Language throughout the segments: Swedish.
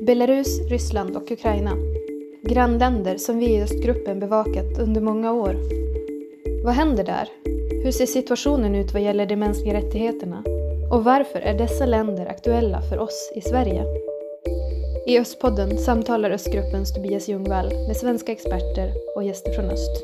Belarus, Ryssland och Ukraina. Grannländer som vi i östgruppen bevakat under många år. Vad händer där? Hur ser situationen ut vad gäller de mänskliga rättigheterna? Och varför är dessa länder aktuella för oss i Sverige? I Östpodden samtalar östgruppens Tobias Ljungvall med svenska experter och gäster från öst.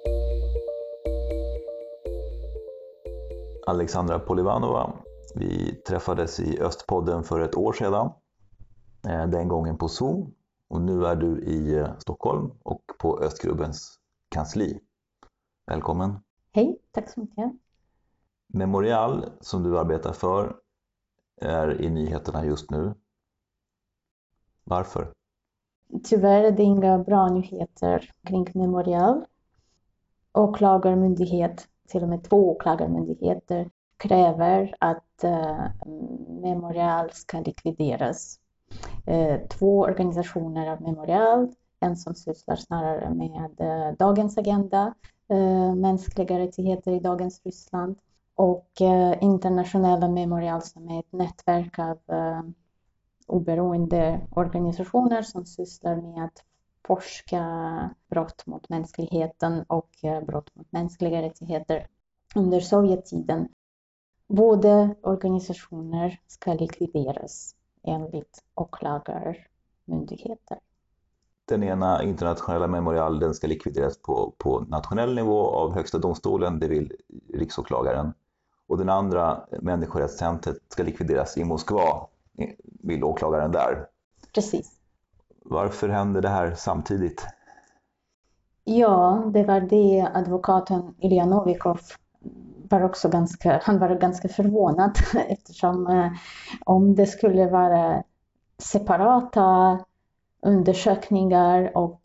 Alexandra Polivanova, vi träffades i Östpodden för ett år sedan. Den gången på Zoom, och nu är du i Stockholm och på Östgruppens kansli. Välkommen. Hej, tack så mycket. Memorial som du arbetar för är i nyheterna just nu. Varför? Tyvärr är det inga bra nyheter kring Memorial. Åklagarmyndighet, till och med 2 åklagarmyndigheter kräver att Memorial ska likvideras. 2 organisationer av Memorial, en som sysslar snarare med dagens agenda, mänskliga rättigheter i dagens Ryssland, och internationella Memorial som är ett nätverk av oberoende organisationer som sysslar med att forska brott mot mänskligheten och brott mot mänskliga rättigheter under Sovjettiden. Båda organisationer ska likvideras enligt åklagarmyndigheter. Den ena internationella Memorial, den ska likvideras på nationell nivå av högsta domstolen, det vill riksåklagaren. Och den andra, människorättscentret, ska likvideras i Moskva, vill åklagaren där. Precis. Varför händer det här samtidigt? Ja, det var det advokaten Ilja Novikov var ganska förvånad eftersom om det skulle vara separata undersökningar och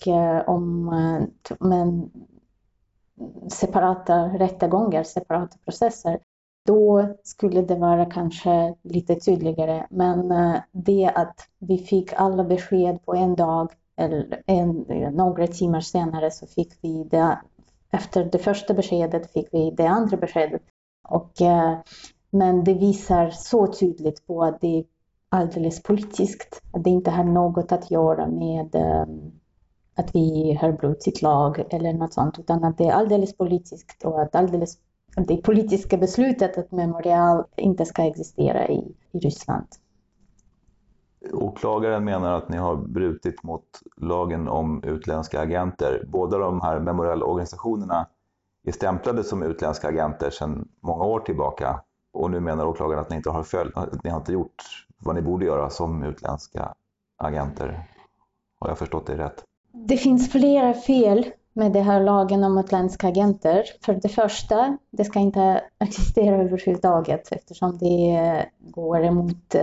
men separata rättegångar, separata processer, då skulle det vara kanske lite tydligare. Men det att vi fick alla besked på en dag eller några timmar senare så fick vi det. Efter det första beskedet fick vi det andra beskedet. Men det visar så tydligt på att det är alldeles politiskt. Att det inte har något att göra med att vi har brutit lag eller något sånt. Utan att det är alldeles politiskt och att det politiska beslutet att Memorial inte ska existera i Ryssland. Åklagaren menar att ni har brutit mot lagen om utländska agenter. Båda de här Memorial-organisationerna är stämplade som utländska agenter sedan många år tillbaka. Och nu menar åklagaren att ni inte har gjort vad ni borde göra som utländska agenter. Har jag förstått det rätt? Det finns flera fel med den här lagen om utländska agenter. För det första, det ska inte existera överhuvudtaget eftersom det går emot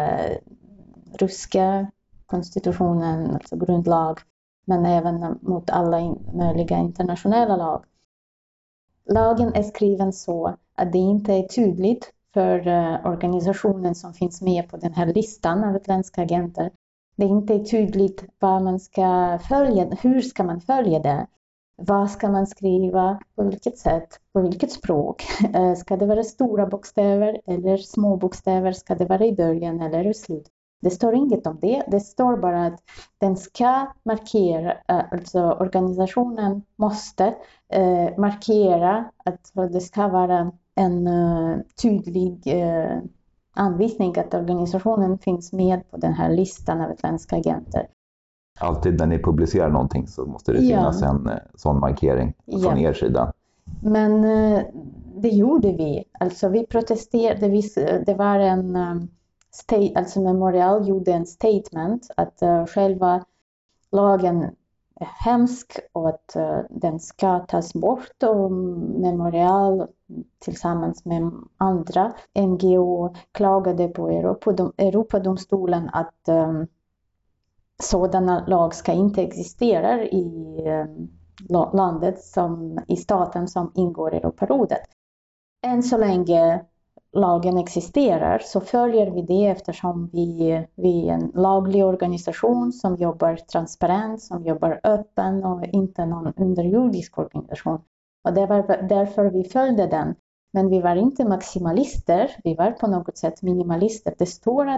ryska konstitutionen, alltså grundlag, men även mot alla möjliga internationella lag. Lagen är skriven så att det inte är tydligt för organisationen som finns med på den här listan av utländska agenter. Det är inte tydligt vad man ska följa, hur ska man följa det? Vad ska man skriva, på vilket sätt, på vilket språk? Ska det vara stora bokstäver eller små bokstäver? Ska det vara i början eller i slutet? Det står inget om det. Det står bara att den ska markera, alltså organisationen måste markera att det ska vara en tydlig anvisning att organisationen finns med på den här listan av utländska agenter. Alltid när ni publicerar någonting så måste det finnas en sån markering från er sida. Men det gjorde vi. Alltså vi protesterade. Det var alltså Memorial gjorde en statement att själva lagen är hemsk och att den ska tas bort, och Memorial tillsammans med andra NGO klagade på Europadomstolen att sådana lag ska inte existera i landet i staten som ingår i Europarådet. Än så länge lagen existerar så följer vi det eftersom vi är en laglig organisation som jobbar transparent, som jobbar öppen och inte någon underjordisk organisation. Och det var därför vi följde den. Men vi var inte maximalister, vi var på något sätt minimalister. Det står att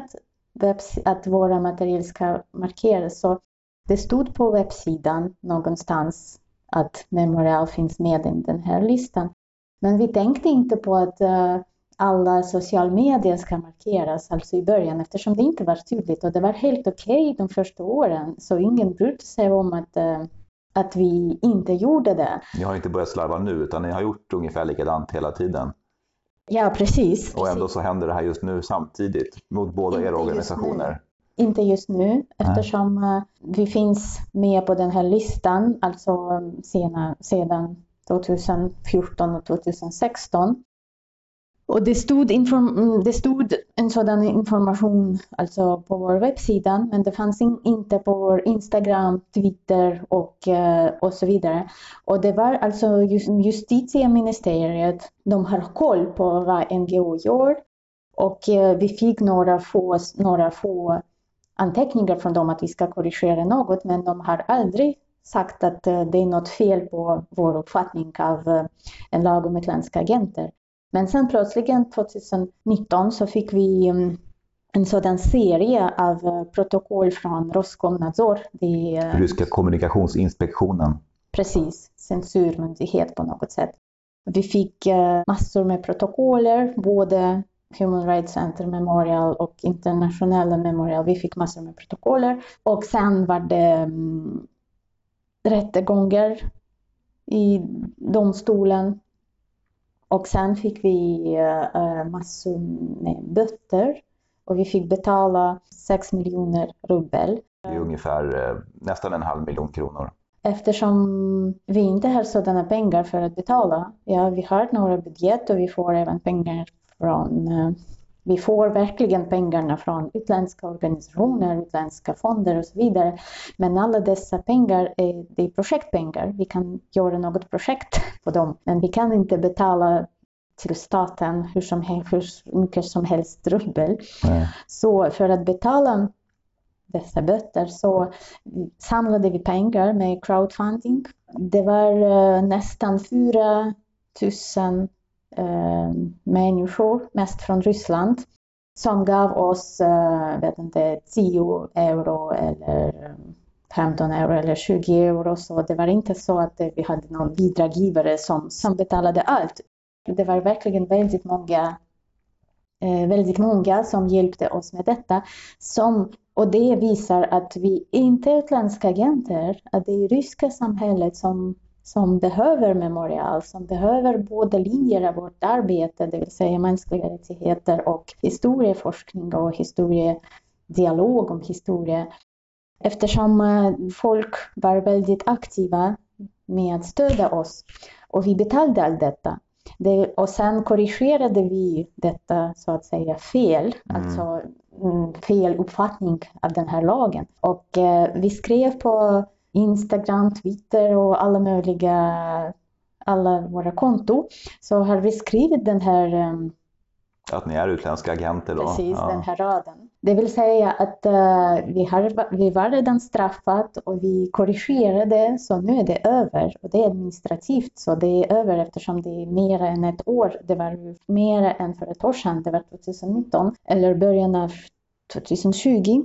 att våra material ska markeras. Så det stod på webbsidan någonstans att Memorial finns med i den här listan. Men vi tänkte inte på att alla sociala medier ska markeras alltså i början, eftersom det inte var tydligt och det var helt okej de första åren. Så ingen brydde sig om att vi inte gjorde det. Ni har inte börjat slarva nu, utan ni har gjort ungefär likadant hela tiden. Ja, precis. Och ändå så händer det här just nu samtidigt mot båda era organisationer. Inte just nu, eftersom vi finns med på den här listan, alltså sedan 2014 och 2016. Och det stod en sådan information alltså på vår webbsida, men det fanns inte på vår Instagram, Twitter och så vidare. Och det var alltså justitieministeriet, de har koll på vad NGO gör, och vi fick några få anteckningar från dem att vi ska korrigera något, men de har aldrig sagt att det är något fel på vår uppfattning av en lag om utländska agenter. Men sen plötsligt 2019 så fick vi en sådan serie av protokoll från Roskomnadzor. Ryska kommunikationsinspektionen. Precis, censurmyndighet på något sätt. Vi fick massor med protokoller, både Human Rights Center Memorial och internationella Memorial. Vi fick massor med protokoller. Och sen var det rättegångar i domstolen. Och sen fick vi massor med böter. Och vi fick betala 6 miljoner rubel. Det är ungefär nästan 500 000 kronor. Eftersom vi inte har sådana pengar för att betala. Ja, vi har några budget och vi får även pengar vi får verkligen pengarna från utländska organisationer, utländska fonder och så vidare. Men alla dessa pengar det är projektpengar. Vi kan göra något projekt på dem. Men vi kan inte betala till staten hur mycket som helst rubel. Så för att betala dessa böter så samlade vi pengar med crowdfunding. Det var nästan 4 000 människor, mest från Ryssland, som gav oss 10 euro eller 15 euro eller 20 euro. Så det var inte så att vi hade någon bidraggivare som betalade allt. Det var verkligen väldigt många som hjälpte oss med detta. Och det visar att vi inte är utländska agenter, att det är ryska samhället som behöver Memorial, som behöver både linjer av vårt arbete, det vill säga mänskliga rättigheter och historieforskning och dialog om historia. Eftersom folk var väldigt aktiva med att stödja oss och vi betalade allt detta. Och sen korrigerade vi detta så att säga fel, alltså fel uppfattning av den här lagen. Och vi skrev på Instagram, Twitter och alla våra konton, så har vi skrivit den här att ni är utländska agenter då? Precis, den här raden. Det vill säga att vi var redan straffat och vi korrigerade, så nu är det över. Och det är administrativt, så det är över eftersom det är mer än ett år. Det var mer än för ett år sedan, det var 2019 eller början av 2020.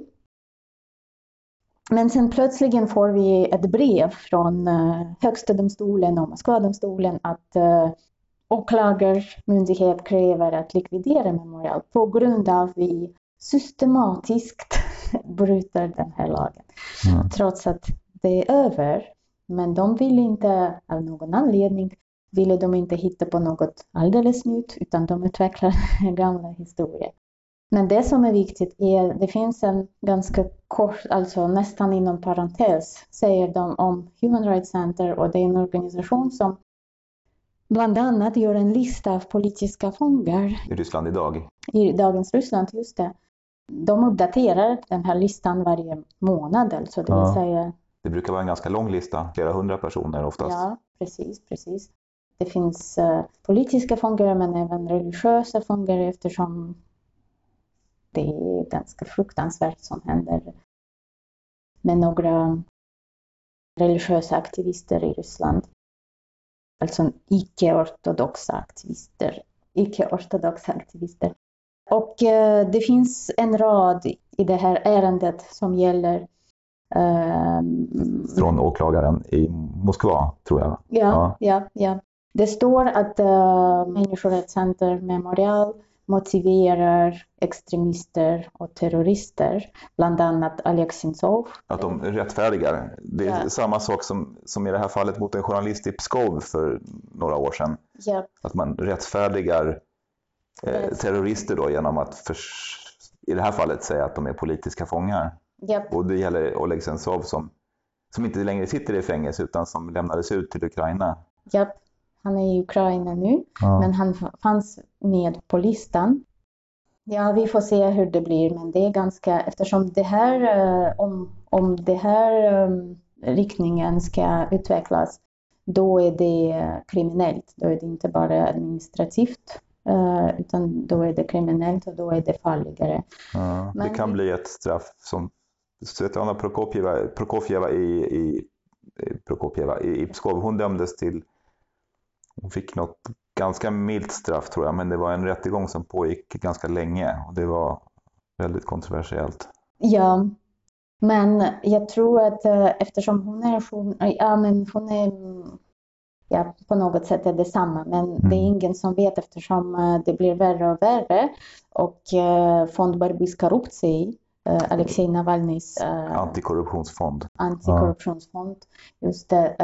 Men sen plötsligt får vi ett brev från högsta domstolen och Moskvadomstolen att åklagarmyndighet kräver att likvidera Memorial på grund av att vi systematiskt bryter den här lagen. Trots att det är över. Men de vill inte, av någon anledning, ville de inte hitta på något alldeles nytt, utan de utvecklar gamla historier. Men det som är viktigt är, det finns en ganska kort, alltså nästan inom parentes, säger de om Human Rights Center, och det är en organisation som bland annat gör en lista av politiska fångar. I Ryssland idag? I dagens Ryssland, just det. De uppdaterar den här listan varje månad, alltså det vill säga. Det brukar vara en ganska lång lista, flera 100 personer oftast. Ja, precis. Det finns politiska fångar men även religiösa fångar, eftersom det är ganska fruktansvärt som händer med några religiösa aktivister i Ryssland. Alltså icke-ortodoxa aktivister. Och det finns en rad i det här ärendet som gäller från åklagaren i Moskva, tror jag. Ja. Det står att Människorättscenter Memorial motiverar extremister och terrorister, bland annat Oleg Sentsov. Att de rättfärdigar. Det är samma sak som i det här fallet mot en journalist i Pskov för några år sedan. Ja. Att man rättfärdigar terrorister då genom att i det här fallet säga att de är politiska fångar. Ja. Och det gäller Oleg Sentsov som inte längre sitter i fängelse utan som lämnades ut till Ukraina. Ja, han är i Ukraina nu, men han fanns med på listan. Ja, vi får se hur det blir, men det är ganska, eftersom det här, om det här riktningen ska utvecklas, då är det kriminellt. Då är det inte bara administrativt, utan då är det kriminellt och då är det farligare. Ja, det kan bli ett straff som Svetlana Prokofjeva i Pskov, hon dömdes till, hon fick något ganska milt straff tror jag, men det var en rättegång som pågick ganska länge och det var väldigt kontroversiellt. Ja, men jag tror att eftersom hon är på något sätt är det samma, men det är ingen som vet eftersom det blir värre och värre och Fond борьбы с korrupцией, Alexej Navalnys antikorruptionsfond, just det,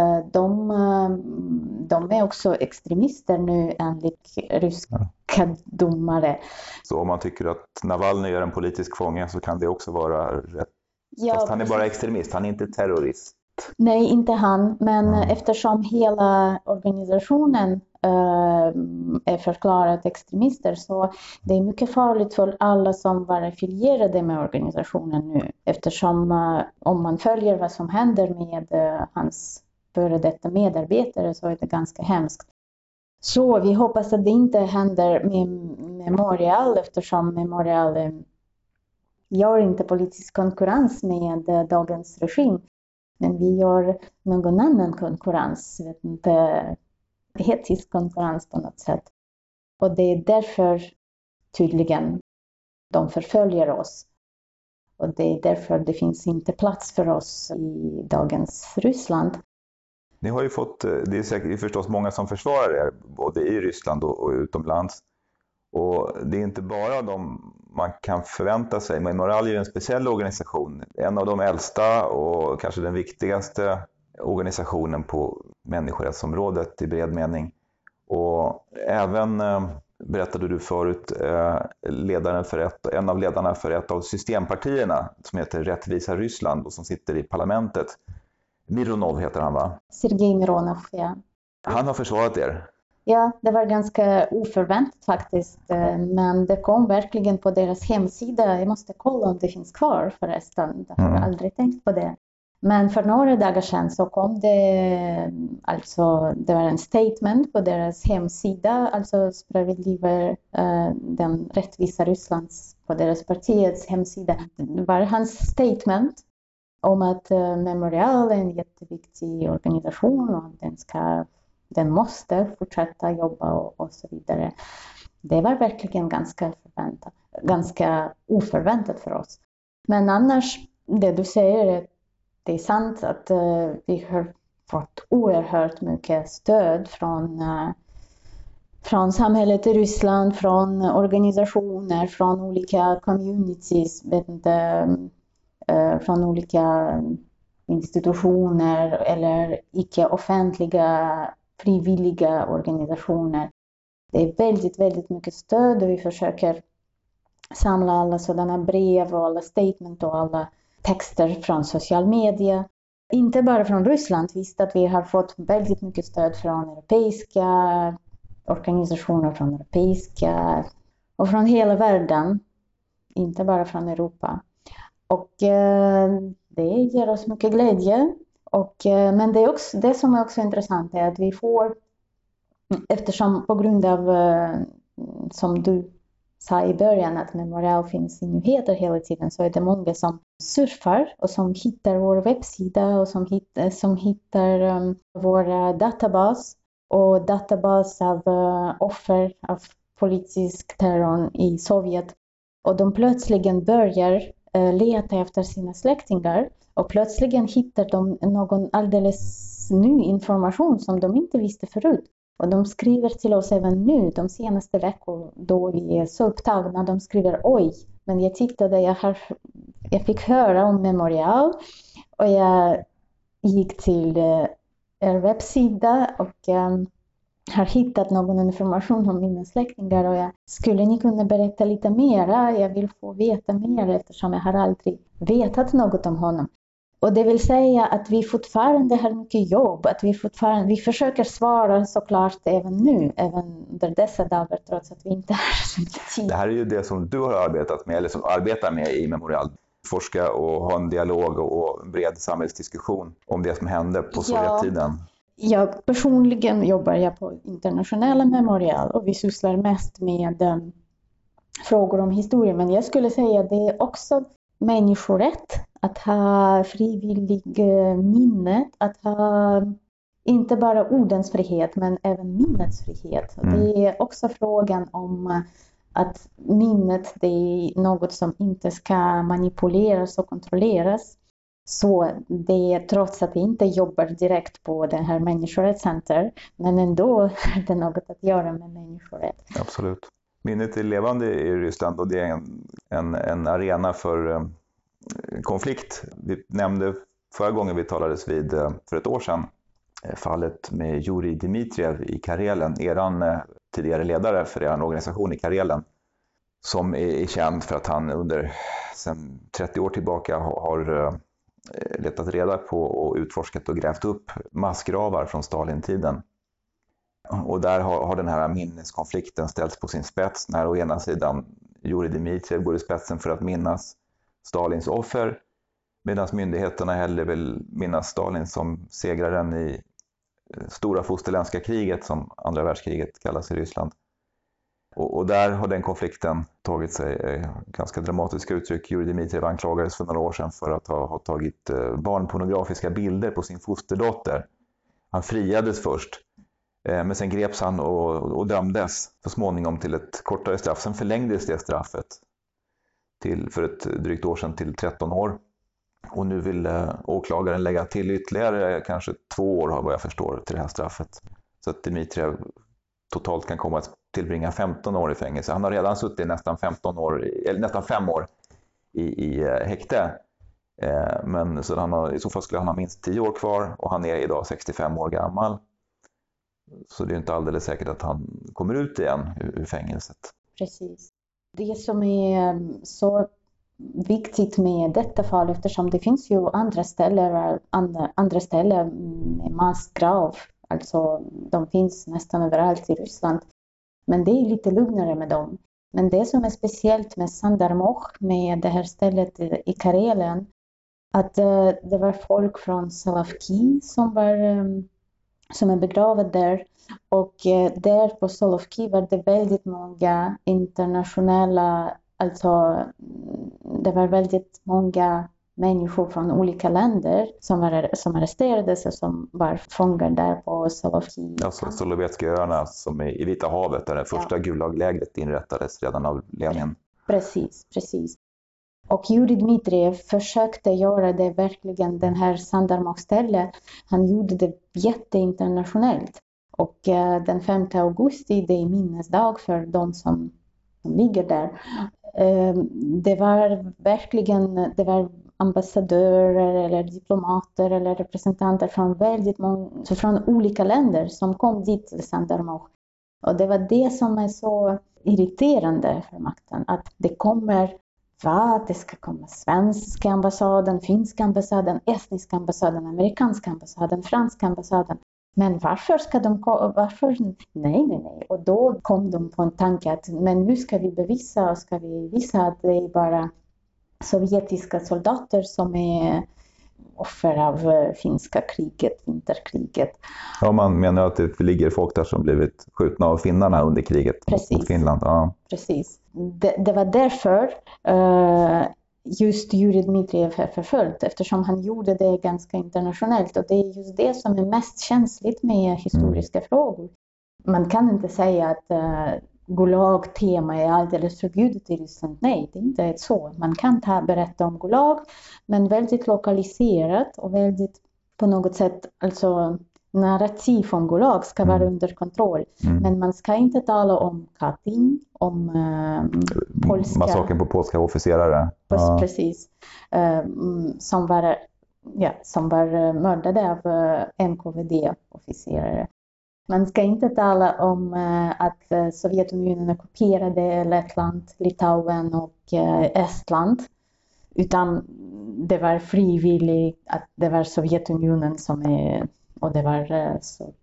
de är också extremister nu enligt ryska domare. Så om man tycker att Navalny är en politisk fånge så kan det också vara rätt. Fast han är bara extremist, han är inte terrorist. Nej, inte han, men eftersom hela organisationen är förklarat extremister så det är mycket farligt för alla som var affilierade med organisationen nu. Eftersom om man följer vad som händer med hans före detta medarbetare så är det ganska hemskt. Så vi hoppas att det inte händer med Memorial eftersom Memorial gör inte politisk konkurrens med dagens regim. Men vi gör någon annan konkurrens, vet inte, etisk konkurrens på något sätt. Och det är därför tydligen de förföljer oss. Och det är därför det finns inte plats för oss i dagens Ryssland. Ni har ju fått, det är säkert förstås många som försvarar er, både i Ryssland och utomlands. Och det är inte bara de man kan förvänta sig. Memorial är en speciell organisation. En av de äldsta och kanske den viktigaste organisationen på människorättsområdet i bred mening. Och även, berättade du förut, en av ledarna för ett av systempartierna som heter Rättvisa Ryssland och som sitter i parlamentet. Mironov heter han, va? Sergej Mironov, ja. Han har försvarat er. Ja, det var ganska oförväntat faktiskt, men det kom verkligen på deras hemsida. Jag måste kolla om det finns kvar förresten, jag har aldrig tänkt på det. Men för några dagar sedan så kom det, alltså det var en statement på deras hemsida, alltså den rättvisa Rysslands, på deras partiets hemsida. Det var hans statement om att Memorial är en jätteviktig organisation och den måste fortsätta jobba och så vidare. Det var verkligen ganska oförväntat för oss. Men annars, det du säger, det är sant att vi har fått oerhört mycket stöd från samhället i Ryssland, från organisationer, från olika communities, från olika institutioner eller icke-offentliga frivilliga organisationer. Det är väldigt, väldigt mycket stöd och vi försöker samla alla sådana brev och alla statement och alla texter från social media. Inte bara från Ryssland, visst att vi har fått väldigt mycket stöd från europeiska organisationer, från europeiska och från hela världen, inte bara från Europa. Och det ger oss mycket glädje. Men det som är också intressant är att vi får, eftersom på grund av, som du sa i början, att Memorial finns i nyheter hela tiden, så är det många som surfar och som hittar vår webbsida och som hittar vår databas och databas av offer av politisk terror i Sovjet. Och de plötsligen börjar leta efter sina släktingar och plötsligen hittar de någon alldeles ny information som de inte visste förut. Och de skriver till oss även nu, de senaste veckorna då vi är så upptagna. De skriver, oj, men jag tittade, jag fick höra om Memorial och jag gick till er webbsida och har hittat någon information om mina släktingar och skulle ni kunna berätta lite mera? Jag vill få veta mer eftersom jag har aldrig vetat något om honom. Och det vill säga att vi fortfarande har mycket jobb, att vi försöker svara såklart även nu, även under dessa dagar trots att vi inte har så mycket tid. Det här är ju det som du har arbetat med, eller som arbetar med i Memorial. Forska och ha en dialog och en bred samhällsdiskussion om det som hände på Sovjettiden. Jag personligen jobbar på internationella Memorial och vi sysslar mest med frågor om historia. Men jag skulle säga att det är också människorätt att ha frivillig minne, att ha inte bara ordens frihet men även minnets frihet. Det är också frågan om att minnet det är något som inte ska manipuleras och kontrolleras. Så det är trots att vi inte jobbar direkt på det här människorättscenter, men ändå är det något att göra med människorätt. Absolut. Minnet är levande i Ryssland och det är en arena för konflikt. Vi nämnde förra gången vi talades vid för ett år sedan fallet med Jurij Dmitriev i Karelen, eran tidigare ledare för er organisation i Karelen, som är känd för att han sedan 30 år tillbaka har letat reda på och utforskat och grävt upp massgravar från Stalintiden. Och där har den här minneskonflikten ställts på sin spets när å ena sidan Jurij Dmitriev går i spetsen för att minnas Stalins offer, medan myndigheterna hellre vill minnas Stalin som segraren i stora fosterländska kriget, som andra världskriget kallas i Ryssland. Och där har den konflikten tagit sig ganska dramatiska uttryck. Jurij Dmitriev anklagades för några år sedan för att ha tagit barnpornografiska bilder på sin fosterdotter. Han friades först, men sen greps han och dömdes så småningom till ett kortare straff. Sen förlängdes det straffet för ett drygt år sedan till 13 år. Och nu vill åklagaren lägga till ytterligare kanske 2 år, vad jag förstår, till det här straffet. Så att Dmitriev totalt kan komma att tillbringa 15 år i fängelse. Han har redan suttit nästan 5 år i häkte. Men så i så fall skulle han ha minst 10 år kvar och han är idag 65 år gammal. Så det är inte alldeles säkert att han kommer ut igen ur fängelset. Precis. Det som är så viktigt med detta fall, eftersom det finns ju andra ställen med massgrav. Alltså de finns nästan överallt i Ryssland. Men det är lite lugnare med dem. Men det som är speciellt med Sandarmokh, med det här stället i Karelen, att det var folk från Solovki som är begravade där. Och där på Solovki var det väldigt många internationella, alltså det var väldigt många människor från olika länder som arresterades och som var fångar där på Solovki. Alltså Solovetska öarna som är i Vita havet där det första Gulaglägret inrättades redan av Lenin. Precis. Och Jurij Dmitriev försökte göra det verkligen, den här Sandarmokh-stället. Han gjorde det jätteinternationellt. Och den 5 augusti, det är minnesdag för de som ligger där. Det var ambassadörer eller diplomater eller representanter från olika länder som kom dit till Sandarmokh. Och det var det som är så irriterande för makten, att det ska komma svenska ambassaden, finska ambassaden, estniska ambassaden, amerikanska ambassaden, franska ambassaden. Men varför ska de Nej. Och då kom de på en tanke att men nu ska vi visa att det är bara sovjetiska soldater som är offer av finska kriget, vinterkriget. Ja, man menar att det ligger folk där som blivit skjutna av finnarna under kriget mot Finland. Ja. Precis. Det var därför just Jurij Dmitriev är förföljd, eftersom han gjorde det ganska internationellt. Och det är just det som är mest känsligt med historiska frågor. Man kan inte säga att Gulag-tema är alldeles förbjudet i Ryssland. Nej, det är inte så. Man kan berätta om Gulag, men väldigt lokaliserat och väldigt på något sätt, alltså narrativ om Gulag ska vara under kontroll. Men man ska inte tala om Katyn, om polska... Massakern på polska officerare. Precis. Som var mördade av NKVD-officerare. Man ska inte tala om att Sovjetunionen ockuperade Lettland, Litauen och Estland. Utan det var frivilligt att det var Sovjetunionen och det var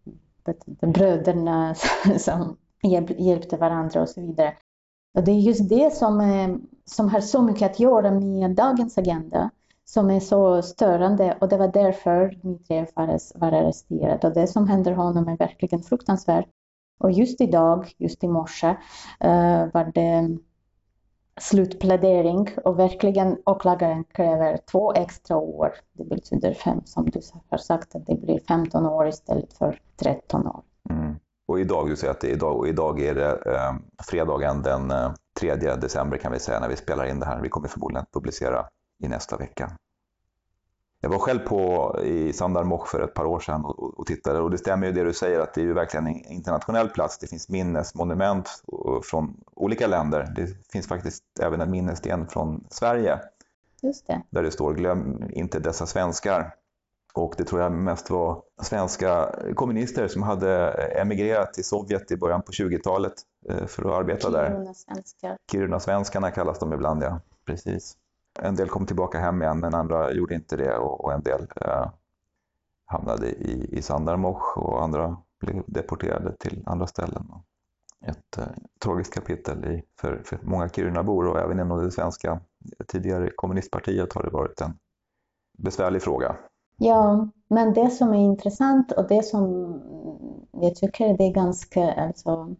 bröderna som hjälpte varandra och så vidare. Och det är just det som har så mycket att göra med dagens agenda, som är så störande, och det var därför Dmitrijev var arresterad. Och det som händer honom är verkligen fruktansvärt. Och just idag, just i morse, var det slutplädering och verkligen åklagaren kräver 2 extra år. Det betyder 5, som du har sagt, att det blir 15 år istället för 13 år. Och idag, du säger att det är idag, och idag är det fredagen den 3 december kan vi säga när vi spelar in det här. Vi kommer förmodligen att publicera i nästa vecka. Jag var själv i Sandarmoch för ett par år sedan och tittade, och det stämmer ju det du säger, att det är ju verkligen en internationell plats. Det finns minnesmonument från olika länder. Det finns faktiskt även en minnessten från Sverige. Just det. Där det står "Glöm inte dessa svenskar". Och det tror jag mest var svenska kommunister som hade emigrerat till Sovjet i början på 20-talet för att arbeta där. Kiruna-svenskar. Kiruna-svenskarna kallas de ibland, ja. Precis. En del kom tillbaka hem igen, men andra gjorde inte det, och en del hamnade i Sandarmoch och andra blev deporterade till andra ställen. Ett tragiskt kapitel för många Kirunabor, och även inom det svenska tidigare kommunistpartiet har det varit en besvärlig fråga. Ja, men det som är intressant och det som jag tycker det är ganska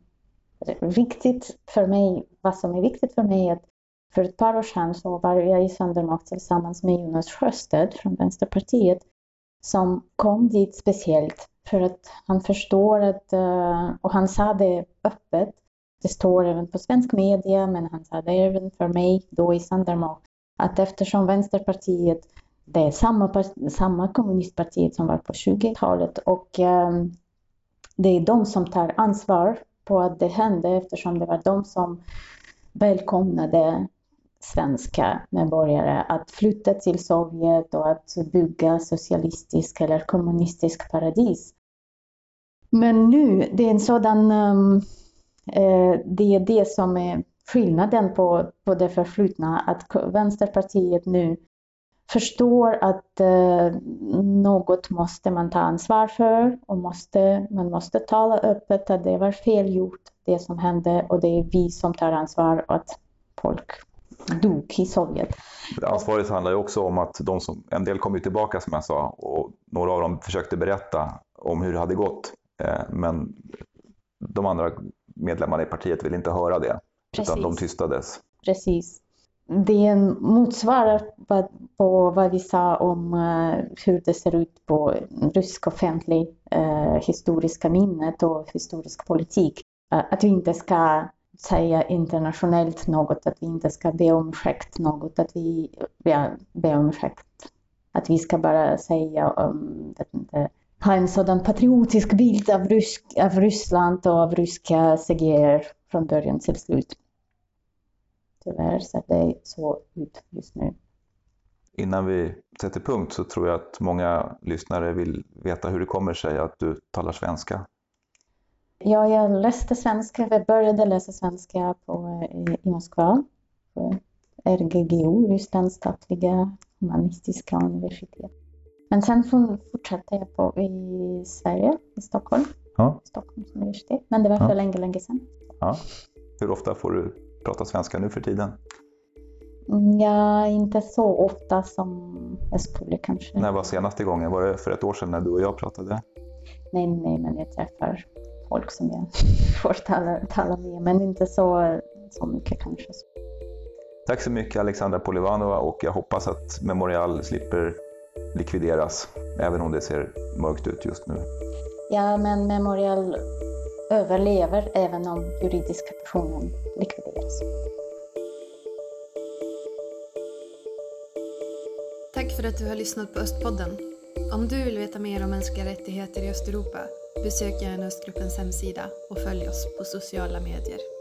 viktigt för mig, vad som är viktigt för mig, är att för ett par år sedan så var jag i Sandarmoch tillsammans med Jonas Sjöstedt från Vänsterpartiet, som kom dit speciellt för att han förstår att, och han sa det öppet, det står även på svensk media, men han sa det även för mig då i Sandarmoch, att eftersom Vänsterpartiet, det är samma kommunistpartiet som var på 20-talet, och det är de som tar ansvar på att det hände, eftersom det var de som välkomnade svenska medborgare att flytta till Sovjet och att bygga socialistisk eller kommunistisk paradis. Men nu, det är en sådan, det är det som är skillnaden på det förflutna, att Vänsterpartiet nu förstår att något måste man ta ansvar för, och man måste tala öppet att det var fel gjort, det som hände, och det är vi som tar ansvar att folk dog i Sovjet. Ansvaret handlar ju också om att en del kom ju tillbaka som jag sa, och några av dem försökte berätta om hur det hade gått, men de andra medlemmarna i partiet ville inte höra det. Precis. Utan de tystades. Precis. Det motsvarar på vad vi sa om hur det ser ut på rysk offentlig historiska minnet och historisk politik. Att vi inte ska säga internationellt något, att vi inte ska be om ursäkt något, att vi be om ursäkt. Att vi ska bara säga ha en sådan patriotisk bild av Ryssland och av ryska segrar från början till slut. Tyvärr ser det så ut just nu. Innan vi sätter punkt så tror jag att många lyssnare vill veta hur det kommer sig att du talar svenska. Ja, jag läste svenska. Jag började läsa svenska i Moskva på RGGU, Rysslands statliga humanistiska universitet. Men sen fortsatte jag i Sverige, i Stockholm. Ja. Stockholms universitet. Men det var för länge sedan. Ja. Hur ofta får du prata svenska nu för tiden? Ja, inte så ofta som jag skulle kanske. När var senaste gången? Var det för ett år sedan när du och jag pratade? Nej, men jag träffar folk som jag får tala med, men inte så mycket kanske. Tack så mycket Alexandra Polivanova, och jag hoppas att Memorial slipper likvideras, även om det ser mörkt ut just nu. Ja, men Memorial överlever även om juridiska personen likvideras. Tack för att du har lyssnat på Östpodden. Om du vill veta mer om mänskliga rättigheter i Östeuropa, besök gärna Östgruppens hemsida och följ oss på sociala medier.